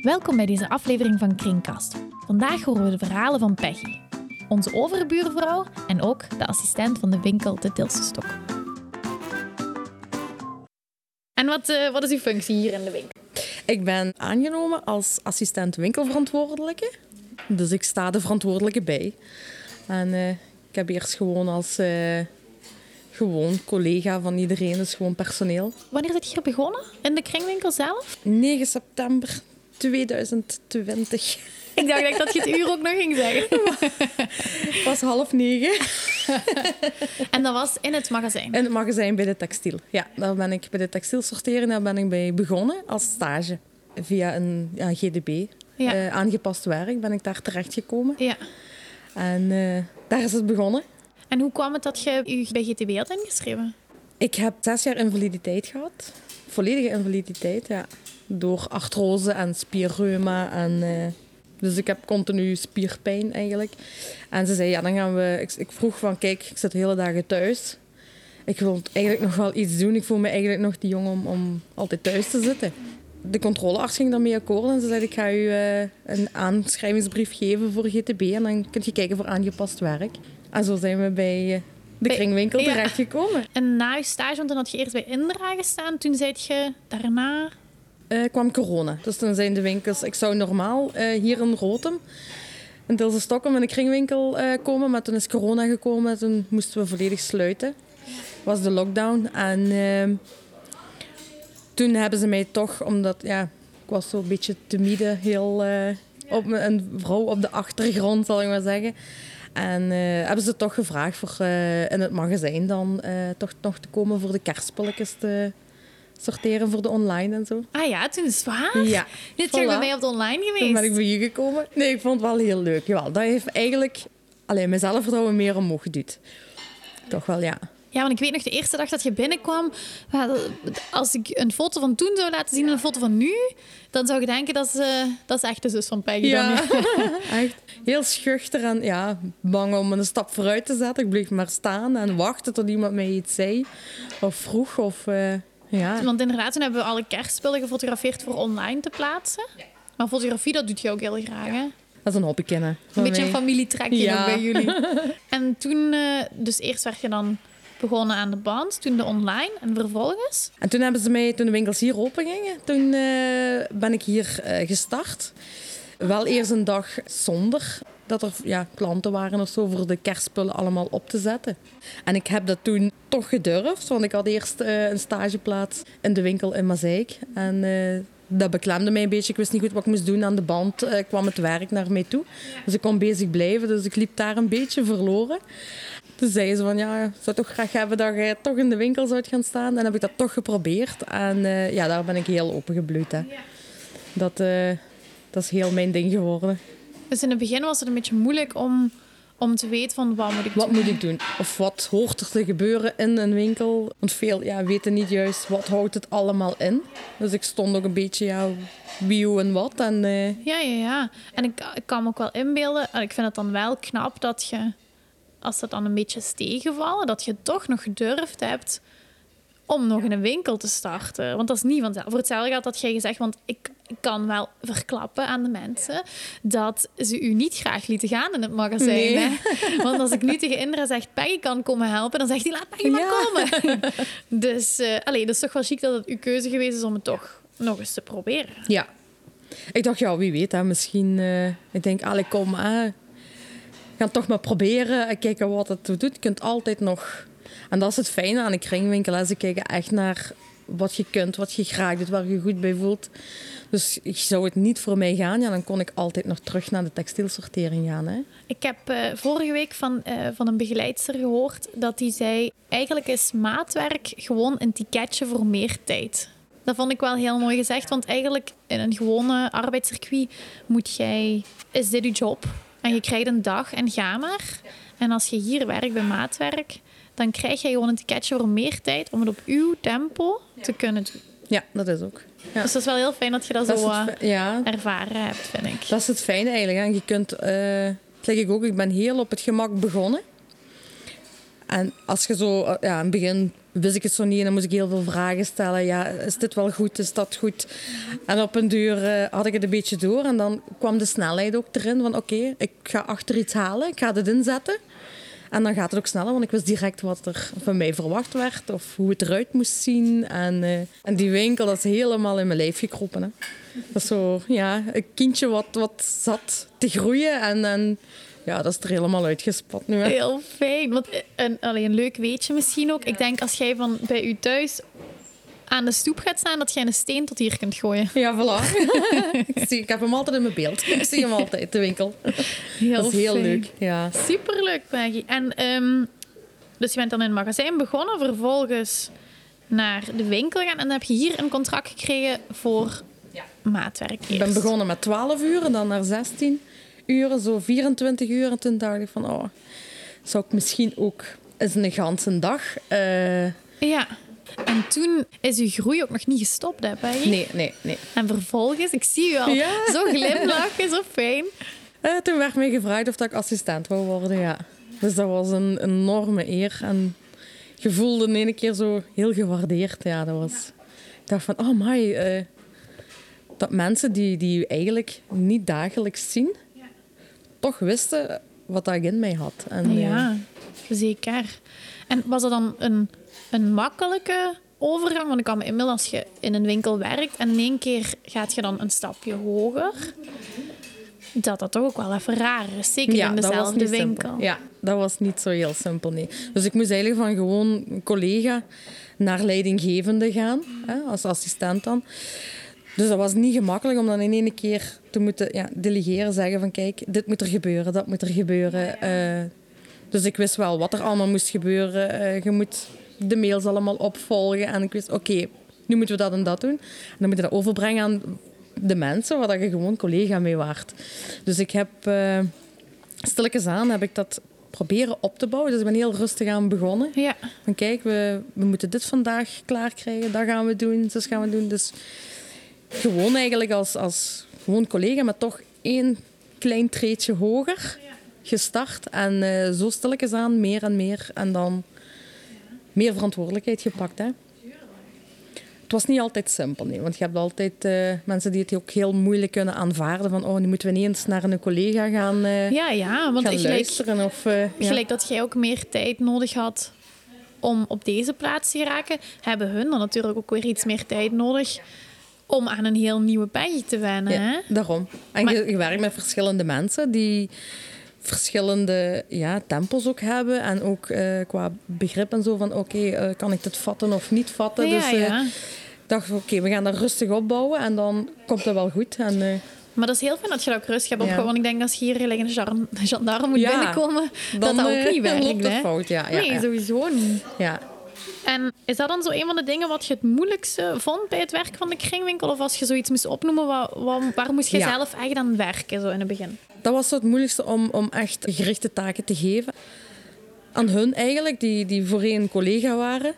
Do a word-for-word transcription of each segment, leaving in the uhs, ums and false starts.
Welkom bij deze aflevering van Kringkast. Vandaag horen we de verhalen van Peggy, onze overbuurvrouw en ook de assistent van de winkel De Tilse Stok. En wat, uh, wat is uw functie hier in de winkel? Ik ben aangenomen als assistent winkelverantwoordelijke. Dus ik sta de verantwoordelijke bij. En uh, ik heb eerst gewoon als uh, gewoon collega van iedereen, dus gewoon personeel. Wanneer zit je hier begonnen? In de kringwinkel zelf? negen september tweeduizend twintig. Ik dacht dat je het uur ook nog ging zeggen. Het was half negen. En dat was in het magazijn? In het magazijn bij de textiel. Ja, daar ben ik bij de textiel sorteren. Daar ben ik bij begonnen als stage. Via een ja, G D B, ja. uh, aangepast werk, ben ik daar terechtgekomen. Ja. En uh, daar is het begonnen. En hoe kwam het dat je je bij G T B had ingeschreven? Ik heb zes jaar invaliditeit gehad. Volledige invaliditeit, ja. Door artrose en spierreuma. En, uh, dus ik heb continu spierpijn eigenlijk. En ze zei, ja, dan gaan we... Ik, ik vroeg van, kijk, ik zit de hele dagen thuis. Ik wil eigenlijk nog wel iets doen. Ik voel me eigenlijk nog te jong om, om altijd thuis te zitten. De controlearts ging daarmee akkoord en ze zei, ik ga u uh, een aanschrijvingsbrief geven voor G T B. En dan kun je kijken voor aangepast werk. En zo zijn we bij... Uh, de kringwinkel ja. terechtgekomen. En na je stage, want dan had je eerst bij Indra gestaan. Toen zei je daarna... Uh, kwam corona. Dus toen zijn de winkels... Ik zou normaal uh, hier in Rotem, in Tilse Stockholm, in de kringwinkel uh, komen. Maar toen is corona gekomen. Toen moesten we volledig sluiten. Was de lockdown. En uh, toen hebben ze mij toch, omdat... Ja, ik was zo'n beetje timide. Heel... Uh, op me, een vrouw op de achtergrond, zal ik maar zeggen. En uh, hebben ze toch gevraagd voor uh, in het magazijn dan uh, toch nog te komen voor de kerstspulletjes te sorteren voor de online en zo. Ah ja, toen is het waar? Ja. Dit jaar voilà. bij mij op de online geweest? Toen ben ik bij je gekomen. Nee, ik vond het wel heel leuk. Jawel, dat heeft eigenlijk alleen mijn zelfvertrouwen meer omhoog geduwd. Toch wel, ja. Ja, want ik weet nog, de eerste dag dat je binnenkwam, als ik een foto van toen zou laten zien en een foto van nu, dan zou je denken, dat is, uh, dat is echt de zus van Peggy. Ja, dan echt. Heel schuchter en ja, bang om een stap vooruit te zetten. Ik bleef maar staan en wachten tot iemand mij iets zei of vroeg. Of, uh, ja. Want inderdaad, toen hebben we alle kerstspullen gefotografeerd voor online te plaatsen. Ja. Maar fotografie, dat doet je ook heel graag, hè? Dat is een hobby kennen. Een beetje mij. Een familietrekje ja. ook bij jullie. En toen, uh, dus eerst werd je dan begonnen aan de band, toen de online en vervolgens? En toen hebben ze mij, toen de winkels hier open gingen, toen uh, ben ik hier uh, gestart. Wel eerst een dag zonder dat er ja, klanten waren of zo voor de kerstspullen allemaal op te zetten. En ik heb dat toen toch gedurfd, want ik had eerst uh, een stageplaats in de winkel in Mazeik. En uh, dat beklemde mij een beetje. Ik wist niet goed wat ik moest doen aan de band. Uh, kwam het werk naar mij toe. Dus ik kon bezig blijven, dus ik liep daar een beetje verloren. Toen zei ze van, ja, ik zou toch graag hebben dat je toch in de winkel zou gaan staan. En dan heb ik dat toch geprobeerd. En uh, ja, daar ben ik heel opengebloeid. Hè. Dat, uh, dat is heel mijn ding geworden. Dus in het begin was het een beetje moeilijk om, om te weten van, wat moet ik wat doen? Wat moet ik doen? Of wat hoort er te gebeuren in een winkel? Want veel ja, weten niet juist, wat houdt het allemaal in? Dus ik stond ook een beetje, ja, wie, hoe en wat. En, uh... Ja, ja, ja. En ik, ik kan me ook wel inbeelden, ik vind het dan wel knap dat je, als dat dan een beetje is tegengevallen, dat je toch nog gedurfd hebt om nog in een winkel te starten. Want dat is niet vanzelf. Voor hetzelfde gaat dat jij gezegd, want ik, ik kan wel verklappen aan de mensen dat ze u niet graag lieten gaan in het magazijn. Nee. Hè? Want als ik nu tegen Indra zeg, Peggy kan komen helpen, dan zegt hij, laat Peggy maar ja. komen. Dus, uh, allee, dat is toch wel chic dat het uw keuze geweest is om het toch nog eens te proberen. Ja. Ik dacht, ja, wie weet, hè, misschien... Uh, ik denk, allee, kom, uh, ga het toch maar proberen en kijken wat het doet. Je kunt altijd nog... En dat is het fijne aan de kringwinkel. Ze kijken echt naar wat je kunt, wat je graag doet, waar je je goed bij voelt. Dus zou het niet voor mij gaan, ja, dan kon ik altijd nog terug naar de textielsortering gaan. Hè. Ik heb uh, vorige week van, uh, van een begeleidster gehoord dat die zei, eigenlijk is maatwerk gewoon een ticketje voor meer tijd. Dat vond ik wel heel mooi gezegd, want eigenlijk in een gewone arbeidscircuit moet jij, is dit je job en je krijgt een dag en ga maar. En als je hier werkt bij maatwerk, dan krijg je gewoon een ticketje voor meer tijd om het op uw tempo te kunnen doen. Ja, dat is ook. Ja. Dus dat is wel heel fijn dat je dat, dat zo uh, ja. ervaren hebt, vind ik. Dat is het fijne eigenlijk. Hè. Je kunt, uh, dat zeg ik ook, ik ben heel op het gemak begonnen. En als je zo uh, ja, in het begin wist ik het zo niet en dan moest ik heel veel vragen stellen. Ja, is dit wel goed? Is dat goed? En op een duur uh, had ik het een beetje door en dan kwam de snelheid ook erin van oké, okay, ik ga achter iets halen, ik ga dit inzetten. En dan gaat het ook sneller, want ik wist direct wat er van mij verwacht werd of hoe het eruit moest zien. En, uh, en die winkel, dat is helemaal in mijn lijf gekropen. Hè. Dat is zo, ja, een kindje wat, wat zat te groeien en... en ja, dat is er helemaal uitgespat nu. Hè. Heel fijn. Want een, allee, een leuk weetje misschien ook. Ik denk als jij van bij u thuis aan de stoep gaat staan, dat jij een steen tot hier kunt gooien. Ja, voilà. ik, zie, ik heb hem altijd in mijn beeld. Ik zie hem altijd, de winkel. Heel dat is heel fijn. leuk. Ja. Superleuk, Maggie. En, um, dus je bent dan in het magazijn begonnen, vervolgens naar de winkel gaan en dan heb je hier een contract gekregen voor ja. maatwerk eerst. Ik ben begonnen met twaalf uur en dan naar zestien uren, zo vierentwintig uur. En toen dacht ik van, oh, zou ik misschien ook eens een ganse dag... Uh... Ja. En toen is uw groei ook nog niet gestopt, hè, Peggy? Nee, nee, nee. En vervolgens, ik zie u al ja. zo glimlachen, zo fijn. Uh, toen werd mij gevraagd of dat ik assistent wou worden, ja. Dus dat was een enorme eer. En je voelde in één keer zo heel gewaardeerd. Ja, dat was... Ik dacht van, oh my, uh, dat mensen die, die je eigenlijk niet dagelijks zien, ja. toch wisten wat dat ik in mij had. En, ja, uh... zeker. En was dat dan een... Een makkelijke overgang, want ik kan me inmiddels als je in een winkel werkt en in één keer gaat je dan een stapje hoger, dat dat toch ook wel even raar is. Zeker ja, in dezelfde winkel. Simpel. Ja, dat was niet zo heel simpel, nee. Dus ik moest eigenlijk van gewoon collega naar leidinggevende gaan, hè, als assistent dan. Dus dat was niet gemakkelijk om dan in één keer te moeten ja, delegeren, zeggen van kijk, dit moet er gebeuren, dat moet er gebeuren. Uh, dus ik wist wel wat er allemaal moest gebeuren. Uh, je moet... de mails allemaal opvolgen. En ik wist, oké, okay, nu moeten we dat en dat doen. En dan moet je dat overbrengen aan de mensen waar je gewoon collega mee waart. Dus ik heb, uh, stilletjes aan, heb ik dat proberen op te bouwen. Dus ik ben heel rustig aan begonnen. Ja. Van kijk, we, we moeten dit vandaag klaar krijgen. Dat gaan we doen, dat gaan we doen. Dus gewoon eigenlijk als, als gewoon collega, maar toch één klein treetje hoger gestart. En uh, zo stilletjes aan, meer en meer. En dan... meer verantwoordelijkheid gepakt. Hè? Het was niet altijd simpel, nee. Want je hebt altijd uh, mensen die het ook heel moeilijk kunnen aanvaarden. Van, oh, nu moeten we ineens naar een collega gaan, uh, ja, ja, want gaan gelijk, luisteren. Of, uh, gelijk ja. dat jij ook meer tijd nodig had om op deze plaats te geraken, hebben hun dan natuurlijk ook weer iets meer tijd nodig om aan een heel nieuwe Peggy te wennen. Ja, hè? daarom. En maar, je, je werkt met verschillende mensen die... verschillende ja, tempos ook hebben. En ook uh, qua begrip en zo van... oké, okay, uh, kan ik dit vatten of niet vatten? Ja, dus uh, ja. ik dacht, oké, okay, we gaan dat rustig opbouwen. En dan komt dat wel goed. En, uh, maar dat is heel fijn dat je dat ook rustig hebt opgebouwd. Ja. Want ik denk, als je hier gelijk een gendarme moet ja, binnenkomen... dan, dat dat ook niet werkt. Dan loopt het fout, ja. ja nee, ja. sowieso niet. Ja. En is dat dan zo een van de dingen wat je het moeilijkste vond bij het werk van de kringwinkel? Of als je zoiets moest opnoemen, waar, waar, waar moest je ja. zelf echt aan werken zo in het begin? Dat was het moeilijkste om, om echt gerichte taken te geven. Aan hun eigenlijk, die, die voorheen een collega waren.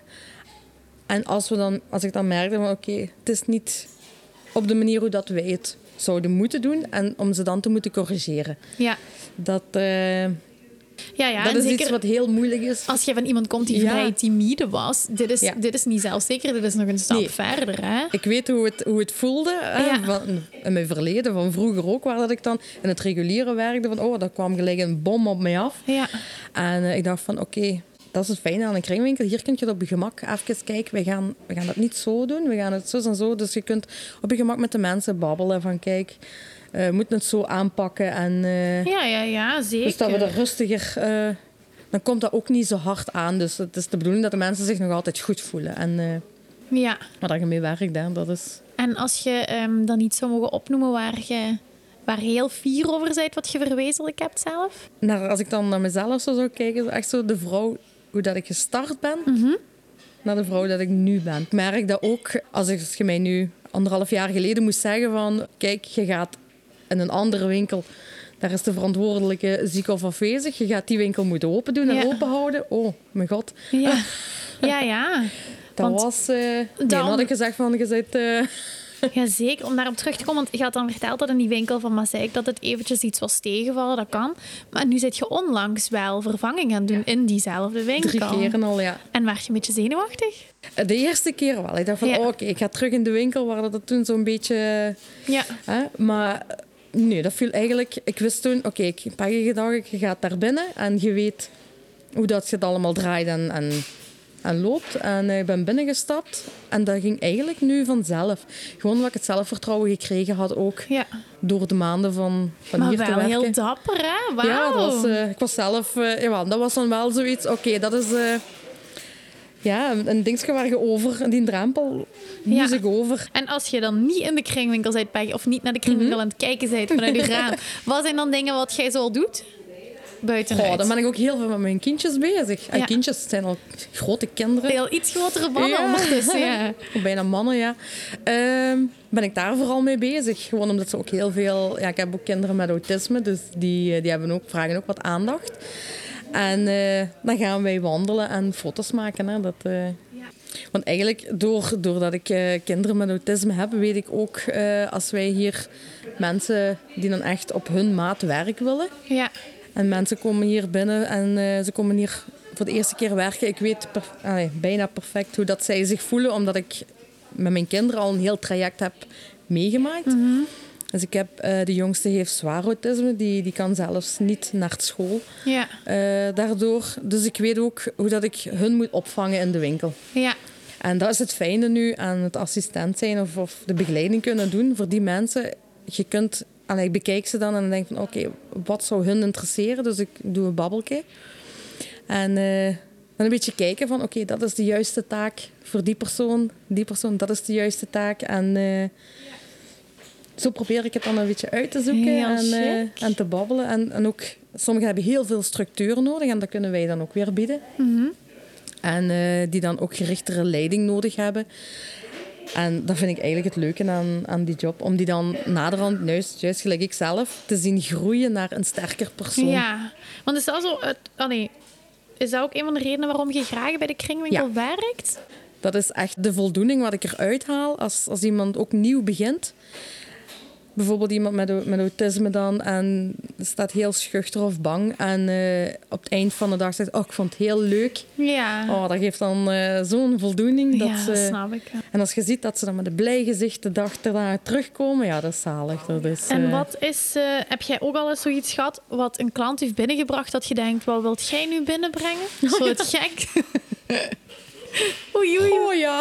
En als, we dan, als ik dan merkte van oké, okay, het is niet op de manier hoe dat wij het zouden moeten doen. En om ze dan te moeten corrigeren. Ja. Dat... Uh, Ja, ja, dat en is zeker iets wat heel moeilijk is. Als je van iemand komt die ja. vrij timide was, dit is, ja. dit is niet zelfzeker, dit is nog een stap nee. verder. Hè? Ik weet hoe het, hoe het voelde hè, ja. van, in mijn verleden, van vroeger ook, waar dat ik dan in het reguliere werkte. Van, oh, daar kwam gelijk een bom op mij af. Ja. En uh, ik dacht van, oké, okay, dat is het fijne aan een kringwinkel. Hier kun je het op je gemak even kijken. We gaan, we gaan dat niet zo doen, we gaan het zo en zo. Dus je kunt op je gemak met de mensen babbelen van, kijk... We uh, moeten het zo aanpakken. En, uh, ja, ja, ja, zeker. Dus dat we er rustiger... Uh, dan komt dat ook niet zo hard aan. Dus het is de bedoeling dat de mensen zich nog altijd goed voelen. En uh, ja. waar je mee werkt, hè, dat is... En als je um, dan iets zou mogen opnoemen waar je waar heel fier over bent, wat je verwezenlijk hebt zelf? Nou, als ik dan naar mezelf zo zou kijken, echt zo de vrouw, hoe dat ik gestart ben, mm-hmm. naar de vrouw dat ik nu ben. Ik merk dat ook, als je mij nu anderhalf jaar geleden moest zeggen van, kijk, je gaat in een andere winkel, daar is de verantwoordelijke ziek of afwezig, je gaat die winkel moeten open doen en ja. open houden. Oh, mijn god. Ja, ja. ja. Dat Want was... Uh, dan... Nee, dan had ik gezegd van, je bent, uh, Jazeker, om daarop terug te komen. Want je had dan verteld dat in die winkel van Mazeik dat het eventjes iets was tegenvallen. Dat kan. Maar nu zit je onlangs wel vervanging gaan doen in diezelfde winkel. Drie keren al, ja. En werd je een beetje zenuwachtig? De eerste keer wel. Ik dacht van, Ja. oh, oké, ik ga terug in de winkel waar dat toen zo'n beetje... Ja. Hè? Maar nee, dat viel eigenlijk... Ik wist toen, oké, ik heb een gedacht, je gaat daar binnen en je weet hoe dat je het allemaal draait en, en, en loopt. En ik ben binnengestapt en dat ging eigenlijk nu vanzelf. Gewoon omdat ik het zelfvertrouwen gekregen had ook Ja. door de maanden van, van Maar hier te wel werken. heel dapper, hè? Wauw. Ja, dat was, eh, ik was zelf... eh, ja, dat was dan wel zoiets... Oké, dat is... eh, ja, een, een dingetje waar je over... Die drempel moest Ja. ik over. En als je dan niet in de kringwinkel bent, Peggy, of niet naar de kringwinkel aan het kijken bent vanuit je raam, wat zijn dan dingen wat jij zo al doet? Buitenuit. Goh, dan ben ik ook heel veel met mijn kindjes bezig. En Ja. kindjes zijn al grote kinderen. Heel iets grotere mannen Ja. ondertussen, ja. Bijna mannen, ja. Ehm, ben ik daar vooral mee bezig. Gewoon omdat ze ook heel veel... Ja, ik heb ook kinderen met autisme, dus die, die hebben ook, vragen ook wat aandacht. En eh, dan gaan wij wandelen en foto's maken. Hè. Dat, eh, Want eigenlijk, door, doordat ik eh, kinderen met autisme heb, weet ik ook eh, als wij hier mensen die dan echt op hun maat werk willen. Ja. En mensen komen hier binnen en eh, ze komen hier voor de eerste keer werken. Ik weet per, allee, bijna perfect hoe dat zij zich voelen, omdat ik met mijn kinderen al een heel traject heb meegemaakt. Mm-hmm. Dus ik heb, uh, de jongste heeft zwaar autisme, die, die kan zelfs niet naar school. Ja. Uh, daardoor. Dus ik weet ook hoe dat ik hun moet opvangen in de winkel. Ja. En dat is het fijne nu aan het assistent zijn of, of de begeleiding kunnen doen voor die mensen. Je kunt, allee, ik bekijk ze dan en dan denk van oké, okay, wat zou hun interesseren? Dus ik doe een babbeltje. En uh, dan een beetje kijken van oké, okay, dat is de juiste taak voor die persoon. Die persoon, dat is de juiste taak. En uh, zo probeer ik het dan een beetje uit te zoeken en, uh, en te babbelen. En, en ook, sommigen hebben heel veel structuur nodig en dat kunnen wij dan ook weer bieden. Mm-hmm. En uh, die dan ook gerichtere leiding nodig hebben. En dat vind ik eigenlijk het leuke aan, aan die job. Om die dan naderhand, juist, juist gelijk ik zelf, te zien groeien naar een sterker persoon. Ja, want is dat zo... Het, oh nee, is dat ook een van de redenen waarom je graag bij de kringwinkel ja. werkt? Dat is echt de voldoening wat ik eruit haal als, als iemand ook nieuw begint. Bijvoorbeeld iemand met, met autisme dan en staat heel schuchter of bang. En uh, op het eind van de dag zegt, oh, ik vond het heel leuk. Ja. Oh, dat geeft dan uh, zo'n voldoening. Dat ja, ze, dat snap ik. Ja. En als je ziet dat ze dan met een blij gezicht de dag daarna terugkomen, ja, dat is zalig. Dat is, uh... En wat is, uh, heb jij ook al eens zoiets gehad wat een klant heeft binnengebracht dat je denkt, wat wilt jij nu binnenbrengen? Zo het gek. Oei, oei. Oh ja.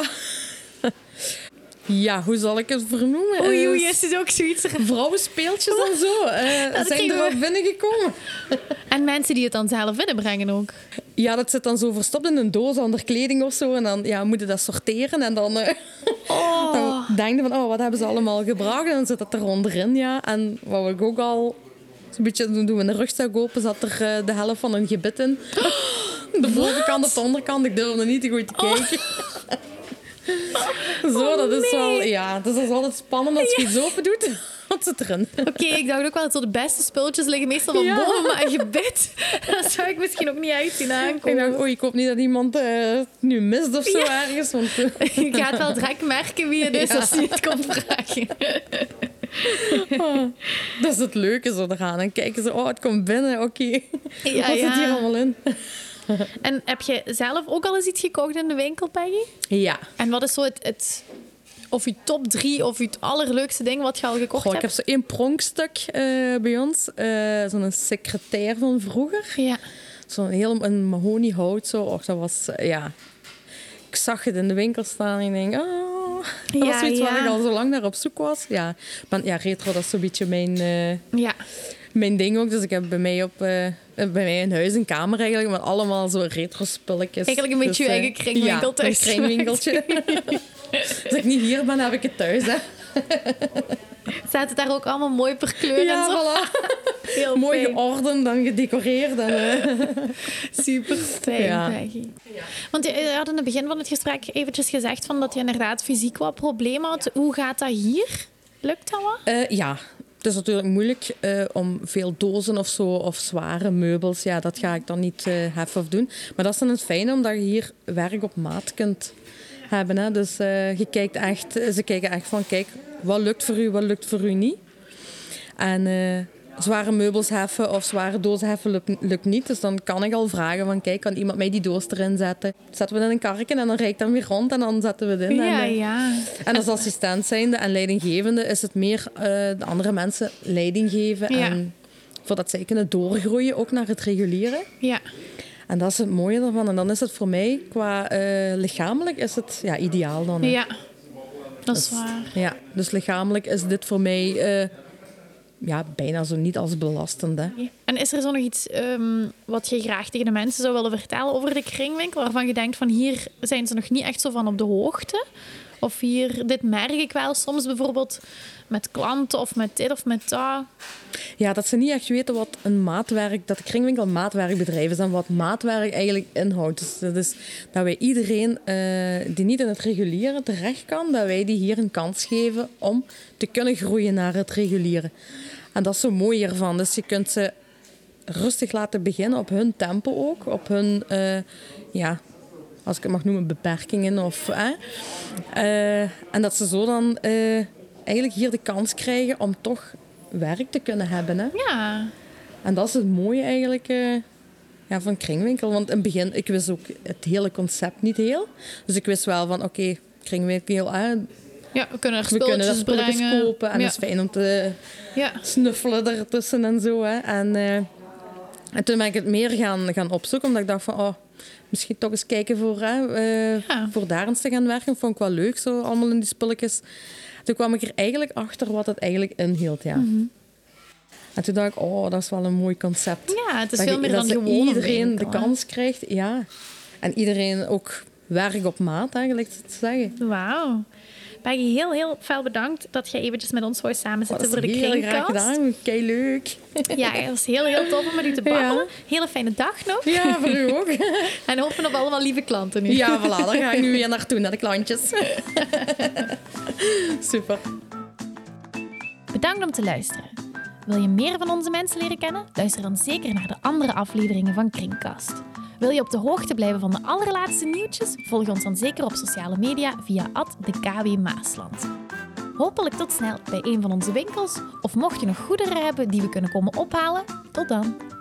Ja, hoe zal ik het vernoemen? Oei, oei, is het ook zoiets? Vrouwenspeeltjes en zo. Uh, zijn er al we... binnengekomen. En mensen die het dan zelf binnenbrengen ook? Ja, dat zit dan zo verstopt in een doos onder kleding of zo. En dan ja, moeten dat sorteren. En dan, uh, oh. dan denk je van, oh, wat hebben ze allemaal gebracht? En dan zit dat er onderin, ja. En wat ik ook al... Zo'n beetje, toen we een rugzak open, zat er uh, de helft van een gebit in. De bovenkant of de onderkant. Ik durfde niet te goed te kijken. Oh. Zo, oh, dat is nee. wel... Ja, dus dat is altijd spannend als je iets open doet. Wat zit erin? Oké, okay, ik dacht ook wel dat zo de beste spulletjes liggen meestal van ja. boven, maar een gebit, dat zou ik misschien ook niet uit zien aankomen. Ik dacht, oh, ik hoop niet dat iemand uh, nu mist of zo ja. ergens. Want, uh... je gaat wel direct merken wie het is ja. als hij het komt vragen. Oh, dat is het leuke zo te gaan. En kijken ze, oh, het komt binnen, oké. Okay. Ja, Wat ja. zit hier allemaal in? En heb je zelf ook al eens iets gekocht in de winkel, Peggy? Ja. En wat is zo het, het of je top drie of je het allerleukste ding wat je al gekocht Goh, hebt? Ik heb zo één pronkstuk uh, bij ons. Uh, zo'n secretair van vroeger. Ja. Zo'n heel een mahoniehout. Zo. Och, dat was, uh, ja... Ik zag het in de winkel staan en ik denk... Oh, dat ja, was zoiets ja. waar ik al zo lang naar op zoek was. Ja, maar, ja retro, dat is zo'n beetje mijn... Uh, ja. Mijn ding ook. Dus ik heb bij mij, op, uh, bij mij in huis een kamer eigenlijk met allemaal zo retro spulletjes. Eigenlijk een beetje dus, je eigen kringwinkel ja, thuis. een kringwinkeltje. Als ik niet hier ben, heb ik het thuis. Hè. Staat het daar ook allemaal mooi per kleur ja, en zo? Voilà. Heel mooi fijn. geordend, dan gedecoreerd. En, uh... Super fijn, ja. Peggy. Want je had in het begin van het gesprek eventjes gezegd van dat je inderdaad fysiek wat problemen had. Hoe gaat dat hier? Lukt dat wat? Uh, ja. Het is natuurlijk moeilijk uh, om veel dozen of zo, of zware meubels. Ja, dat ga ik dan niet uh, heffen of doen. Maar dat is dan het fijne, omdat je hier werk op maat kunt hebben. Hè. Dus uh, je kijkt echt, ze kijken echt van, kijk, wat lukt voor u, wat lukt voor u niet. En uh, zware meubels heffen of zware dozen heffen lukt, lukt niet. Dus dan kan ik al vragen van, kijk, kan iemand mij die doos erin zetten? Zetten we dan in een karretje en dan rijd ik dan weer rond en dan zetten we het in. Ja, en, uh, ja. En als assistent zijnde en leidinggevende is het meer uh, de andere mensen leiding geven. Ja. En voordat zij kunnen doorgroeien, ook naar het reguliere. Ja. En dat is het mooie ervan. En dan is het voor mij, qua uh, lichamelijk, is het ja, ideaal dan. Hè. Ja, dat is dus, waar. Ja, dus lichamelijk is dit voor mij uh, ja, bijna zo niet als belastend. Hè. En is er zo nog iets um, wat je graag tegen de mensen zou willen vertellen over de kringwinkel, waarvan je denkt van hier zijn ze nog niet echt zo van op de hoogte? Of hier, dit merk ik wel soms bijvoorbeeld met klanten of met dit of met dat. Ja, dat ze niet echt weten wat een maatwerk, dat de kringwinkel een maatwerkbedrijf is en wat maatwerk eigenlijk inhoudt. Dus dat is dat wij iedereen uh, die niet in het reguliere terecht kan, dat wij die hier een kans geven om te kunnen groeien naar het reguliere. En dat is zo mooi hiervan. Dus je kunt ze rustig laten beginnen op hun tempo ook, op hun, uh, ja... als ik het mag noemen, beperkingen. Of, eh. Uh, en dat ze zo dan uh, eigenlijk hier de kans krijgen om toch werk te kunnen hebben. Hè. Ja. En dat is het mooie eigenlijk uh, ja, van kringwinkel. Want in het begin, ik wist ook het hele concept niet heel. Dus ik wist wel van, oké, okay, kringwinkel... Uh, ja, we kunnen er we kunnen er spulletjes brengen. kopen. En ja. het is fijn om te ja. snuffelen ertussen en zo. Hè. En, uh, en toen ben ik het meer gaan, gaan opzoeken, omdat ik dacht van... Oh, misschien toch eens kijken voor, hè, uh, ja. voor daar eens te gaan werken. Vond ik wel leuk, zo allemaal in die spulletjes. Toen kwam ik er eigenlijk achter wat het eigenlijk inhield, ja. Mm-hmm. En toen dacht ik, oh, dat is wel een mooi concept. Ja, het is dat veel je, meer dat dan gewoon iedereen winkel, de kans krijgt, ja. En iedereen ook werk op maat, eigenlijk te zeggen. Wauw. Peggy, heel, heel veel bedankt dat jij eventjes met ons wou samenzitten oh, voor de kringkast. Heel graag gedaan. Kei leuk. Ja, het was heel, heel tof om met u te babbelen. Ja. Hele fijne dag nog. Ja, voor u ook. En hopen op allemaal lieve klanten nu. Ja, voilà. Daar ga ik nu weer naartoe, naar de klantjes. Super. Bedankt om te luisteren. Wil je meer van onze mensen leren kennen? Luister dan zeker naar de andere afleveringen van Kringkast. Wil je op de hoogte blijven van de allerlaatste nieuwtjes? Volg ons dan zeker op sociale media via at de K W Maasland. Hopelijk tot snel bij een van onze winkels. Of mocht je nog goederen hebben die we kunnen komen ophalen, tot dan!